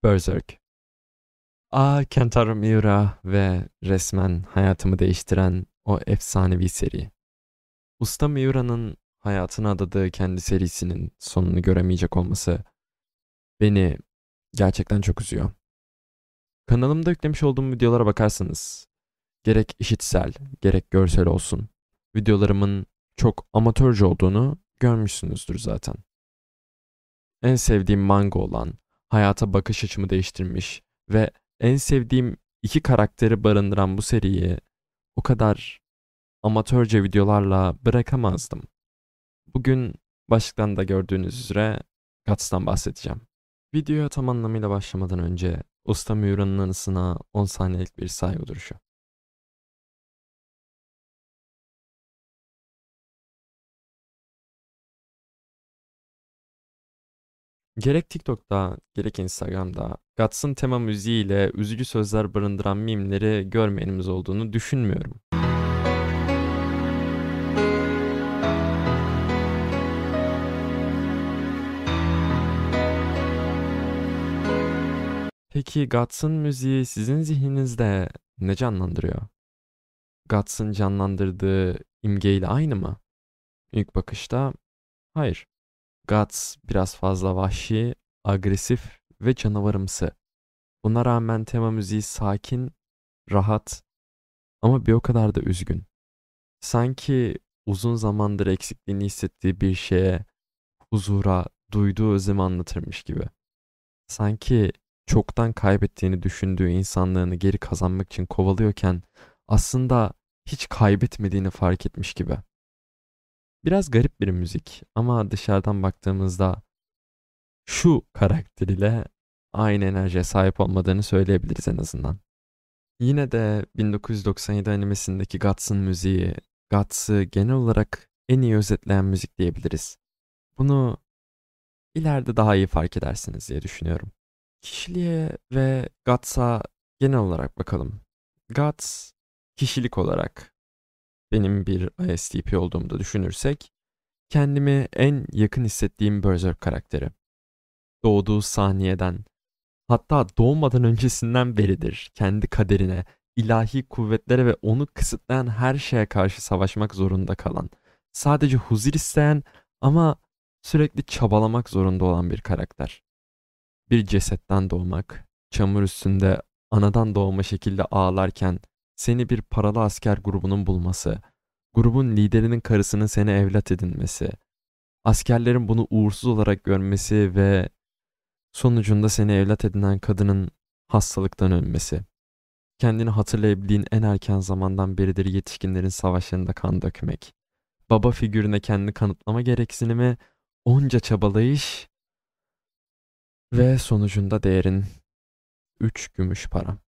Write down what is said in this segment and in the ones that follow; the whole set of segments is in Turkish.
Berserk. Kentaro Miura ve resmen hayatımı değiştiren o efsanevi seri. Usta Miura'nın hayatına adadığı kendi serisinin sonunu göremeyecek olması beni gerçekten çok üzüyor. Kanalımda yüklemiş olduğum videolara bakarsanız gerek işitsel gerek görsel olsun videolarımın çok amatörce olduğunu görmüşsünüzdür zaten. En sevdiğim manga olan, hayata bakış açımı değiştirmiş ve en sevdiğim iki karakteri barındıran bu seriyi o kadar amatörce videolarla bırakamazdım. Bugün başlıktan da gördüğünüz üzere Guts'tan bahsedeceğim. Videoya tam anlamıyla başlamadan önce Usta Miura'nın anısına 10 saniyelik bir saygı duruşu. Gerek TikTok'ta gerek Instagram'da Guts'ın tema müziğiyle üzücü sözler barındıran mimleri görmeyenimiz olduğunu düşünmüyorum. Peki Guts'ın müziği sizin zihninizde ne canlandırıyor? Guts'ın canlandırdığı imgeyle aynı mı? İlk bakışta hayır. Guts biraz fazla vahşi, agresif ve canavarımsı. Buna rağmen tema müziği sakin, rahat ama bir o kadar da üzgün. Sanki uzun zamandır eksikliğini hissettiği bir şeye, huzura, duyduğu özlemi anlatırmış gibi. Sanki çoktan kaybettiğini düşündüğü insanlığını geri kazanmak için kovalıyorken aslında hiç kaybetmediğini fark etmiş gibi. Biraz garip bir müzik ama dışarıdan baktığımızda şu karakter ile aynı enerjiye sahip olmadığını söyleyebiliriz en azından. Yine de 1997 animesindeki Guts'ın müziği, Guts'ı genel olarak en iyi özetleyen müzik diyebiliriz. Bunu ileride daha iyi fark edersiniz diye düşünüyorum. Kişiliğe ve Guts'a genel olarak bakalım. Guts, kişilik olarak benim bir ISTP olduğumu da düşünürsek, kendimi en yakın hissettiğim Berserk karakteri. Doğduğu saniyeden, hatta doğmadan öncesinden beridir kendi kaderine, ilahi kuvvetlere ve onu kısıtlayan her şeye karşı savaşmak zorunda kalan, sadece huzur isteyen ama sürekli çabalamak zorunda olan bir karakter. Bir cesetten doğmak, çamur üstünde anadan doğma şekilde ağlarken seni bir paralı asker grubunun bulması, grubun liderinin karısının seni evlat edinmesi, askerlerin bunu uğursuz olarak görmesi ve sonucunda seni evlat edinen kadının hastalıktan ölmesi. Kendini hatırlayabildiğin en erken zamandan beridir yetişkinlerin savaşlarında kan dökmek. Baba figürüne kendini kanıtlama gereksinimi, onca çabalayış ve sonucunda değerin 3 gümüş para.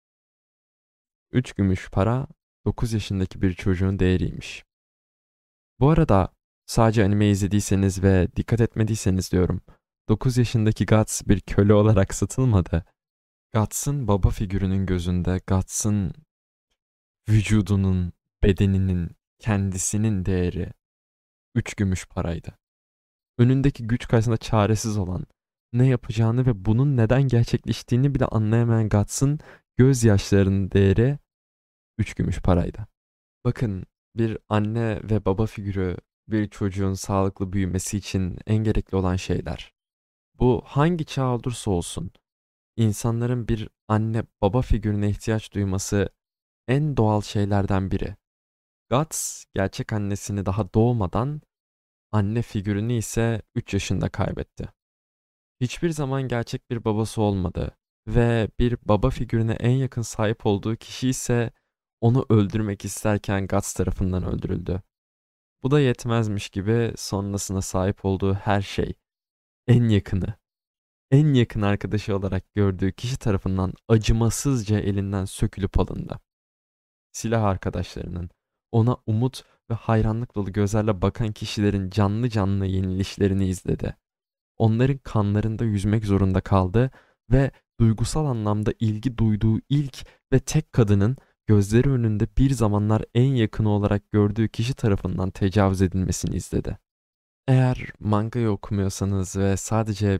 3 gümüş para 9 yaşındaki bir çocuğun değeriymiş. Bu arada sadece anime izlediyseniz ve dikkat etmediyseniz diyorum. 9 yaşındaki Guts bir köle olarak satılmadı. Guts'ın baba figürünün gözünde Guts'ın vücudunun, bedeninin, kendisinin değeri 3 gümüş paraydı. Önündeki güç karşısında çaresiz olan, ne yapacağını ve bunun neden gerçekleştiğini bile anlayamayan Guts'ın gözyaşlarının değeri 3 gümüş paraydı. Bakın, bir anne ve baba figürü bir çocuğun sağlıklı büyümesi için en gerekli olan şeyler. Bu hangi çağ olursa olsun insanların bir anne baba figürüne ihtiyaç duyması en doğal şeylerden biri. Guts gerçek annesini daha doğmadan, anne figürünü ise 3 yaşında kaybetti. Hiçbir zaman gerçek bir babası olmadı ve bir baba figürüne en yakın sahip olduğu kişi ise onu öldürmek isterken Guts tarafından öldürüldü. Bu da yetmezmiş gibi sonrasına sahip olduğu her şey, en yakını, en yakın arkadaşı olarak gördüğü kişi tarafından acımasızca elinden sökülüp alındı. Silah arkadaşlarının, ona umut ve hayranlık dolu gözlerle bakan kişilerin canlı canlı yenilişlerini izledi. Onların kanlarında yüzmek zorunda kaldı ve duygusal anlamda ilgi duyduğu ilk ve tek kadının gözleri önünde bir zamanlar en yakını olarak gördüğü kişi tarafından tecavüz edilmesini izledi. Eğer mangayı okumuyorsanız ve sadece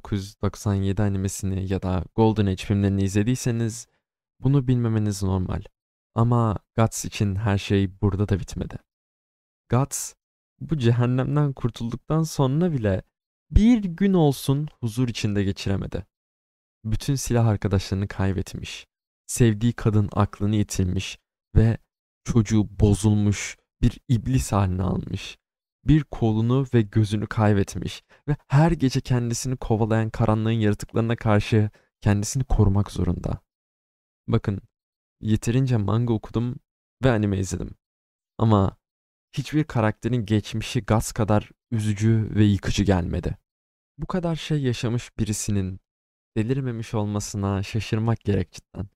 1997 animesini ya da Golden Age filmlerini izlediyseniz bunu bilmemeniz normal. Ama Guts için her şey burada da bitmedi. Guts bu cehennemden kurtulduktan sonra bile bir gün olsun huzur içinde geçiremedi. Bütün silah arkadaşlarını kaybetmiş. Sevdiği kadın aklını yitirmiş ve çocuğu bozulmuş bir iblis haline almış. Bir kolunu ve gözünü kaybetmiş ve her gece kendisini kovalayan karanlığın yaratıklarına karşı kendisini korumak zorunda. Bakın, yeterince manga okudum ve anime izledim. Ama hiçbir karakterin geçmişi Guts kadar üzücü ve yıkıcı gelmedi. Bu kadar şey yaşamış birisinin delirmemiş olmasına şaşırmak gerek cidden.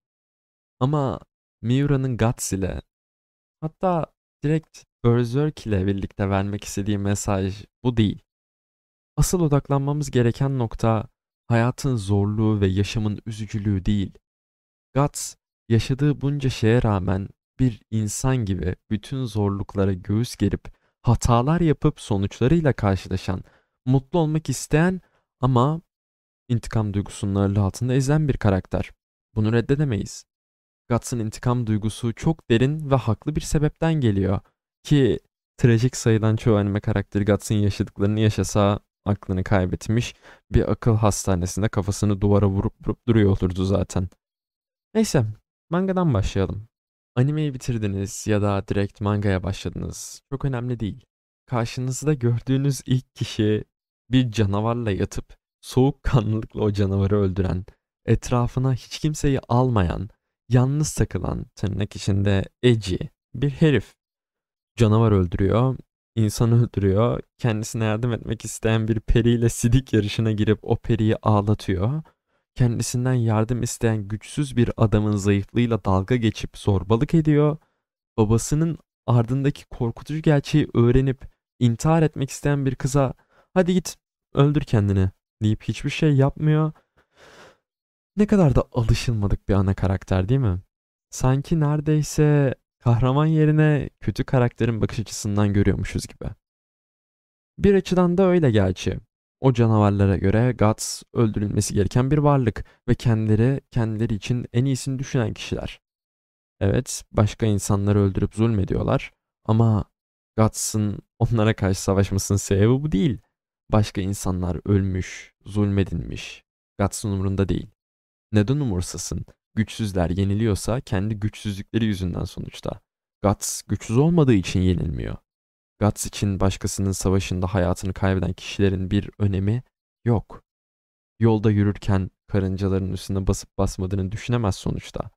Ama Miura'nın Guts ile, hatta direkt Berserk ile birlikte vermek istediği mesaj bu değil. Asıl odaklanmamız gereken nokta hayatın zorluğu ve yaşamın üzücülüğü değil. Guts yaşadığı bunca şeye rağmen bir insan gibi bütün zorluklara göğüs gerip hatalar yapıp sonuçlarıyla karşılaşan, mutlu olmak isteyen ama intikam duygusunun ağırlığı altında ezilen bir karakter. Bunu reddedemeyiz. Guts'ın intikam duygusu çok derin ve haklı bir sebepten geliyor. Ki trajik sayılan çoğu anime karakteri Guts'ın yaşadıklarını yaşasa aklını kaybetmiş, bir akıl hastanesinde kafasını duvara vurup vurup duruyor olurdu zaten. Neyse, mangadan başlayalım. Animeyi bitirdiniz ya da direkt mangaya başladınız. Çok önemli değil. Karşınızda gördüğünüz ilk kişi bir canavarla yatıp soğukkanlılıkla o canavarı öldüren, etrafına hiç kimseyi almayan, yalnız takılan, tırnak içinde edgy bir herif. Canavar öldürüyor, insan öldürüyor, kendisine yardım etmek isteyen bir periyle sidik yarışına girip o periyi ağlatıyor. Kendisinden yardım isteyen güçsüz bir adamın zayıflığıyla dalga geçip zorbalık ediyor. Babasının ardındaki korkutucu gerçeği öğrenip intihar etmek isteyen bir kıza hadi git öldür kendini deyip hiçbir şey yapmıyor. Ne kadar da alışılmadık bir ana karakter değil mi? Sanki neredeyse kahraman yerine kötü karakterin bakış açısından görüyormuşuz gibi. Bir açıdan da öyle gerçi. O canavarlara göre Guts öldürülmesi gereken bir varlık ve kendileri için en iyisini düşünen kişiler. Evet, başka insanları öldürüp zulmediyorlar ama Guts'ın onlara karşı savaşmasının sebebi bu değil. Başka insanlar ölmüş, zulmedilmiş. Guts'ın umurunda değil. Neden umursasın? Güçsüzler yeniliyorsa kendi güçsüzlükleri yüzünden sonuçta. Guts güçsüz olmadığı için yenilmiyor. Guts için başkasının savaşında hayatını kaybeden kişilerin bir önemi yok. Yolda yürürken karıncaların üstüne basıp basmadığını düşünemez sonuçta.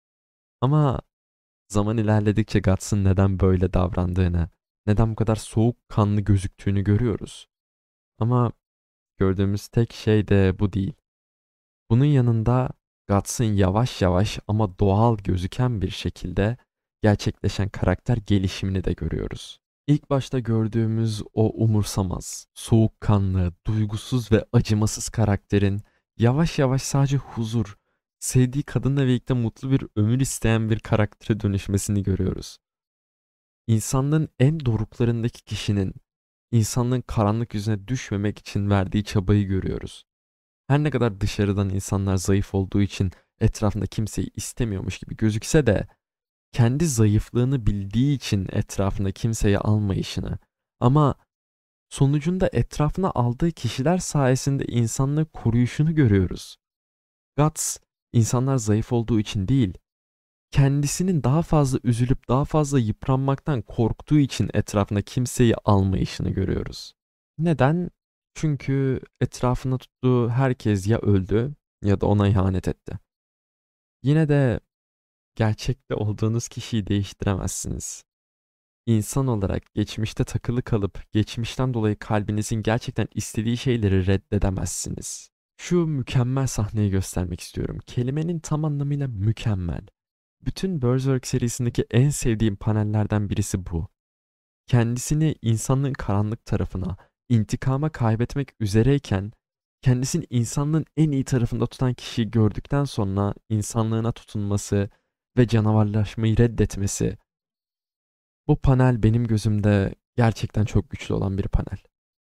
Ama zaman ilerledikçe Guts'ın neden böyle davrandığını, neden bu kadar soğukkanlı gözüktüğünü görüyoruz. Ama gördüğümüz tek şey de bu değil. Bunun yanında Guts'ın yavaş yavaş ama doğal gözüken bir şekilde gerçekleşen karakter gelişimini de görüyoruz. İlk başta gördüğümüz o umursamaz, soğukkanlı, duygusuz ve acımasız karakterin yavaş yavaş sadece huzur, sevdiği kadınla birlikte mutlu bir ömür isteyen bir karaktere dönüşmesini görüyoruz. İnsanlığın en doruklarındaki kişinin insanlığın karanlık yüzüne düşmemek için verdiği çabayı görüyoruz. Her ne kadar dışarıdan insanlar zayıf olduğu için etrafında kimseyi istemiyormuş gibi gözükse de kendi zayıflığını bildiği için etrafına kimseyi almayışını ama sonucunda etrafına aldığı kişiler sayesinde insanlığı koruyuşunu görüyoruz. Guts insanlar zayıf olduğu için değil, kendisinin daha fazla üzülüp daha fazla yıpranmaktan korktuğu için etrafına kimseyi almayışını görüyoruz. Neden? Çünkü etrafına tuttuğu herkes ya öldü ya da ona ihanet etti. Yine de gerçekte olduğunuz kişiyi değiştiremezsiniz. İnsan olarak geçmişte takılı kalıp geçmişten dolayı kalbinizin gerçekten istediği şeyleri reddedemezsiniz. Şu mükemmel sahneyi göstermek istiyorum. Kelimenin tam anlamıyla mükemmel. Bütün Berserk serisindeki en sevdiğim panellerden birisi bu. Kendisini insanlığın karanlık tarafına, intikama kaybetmek üzereyken kendisini insanlığın en iyi tarafında tutan kişiyi gördükten sonra insanlığına tutunması ve canavarlaşmayı reddetmesi. Bu panel benim gözümde gerçekten çok güçlü olan bir panel.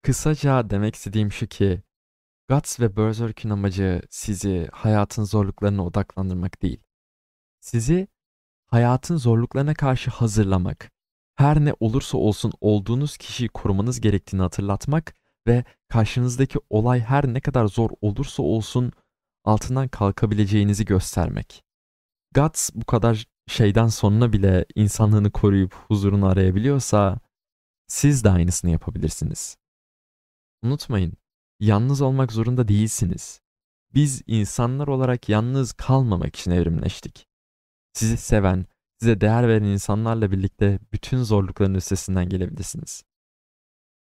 Kısaca demek istediğim şu ki, Guts ve Berserk'ün amacı sizi hayatın zorluklarına odaklandırmak değil. Sizi hayatın zorluklarına karşı hazırlamak, her ne olursa olsun olduğunuz kişiyi korumanız gerektiğini hatırlatmak ve karşınızdaki olay her ne kadar zor olursa olsun altından kalkabileceğinizi göstermek. Guts bu kadar şeyden sonra bile insanlığını koruyup huzurunu arayabiliyorsa siz de aynısını yapabilirsiniz. Unutmayın, yalnız olmak zorunda değilsiniz. Biz insanlar olarak yalnız kalmamak için evrimleştik. Sizi seven, size değer veren insanlarla birlikte bütün zorlukların üstesinden gelebilirsiniz.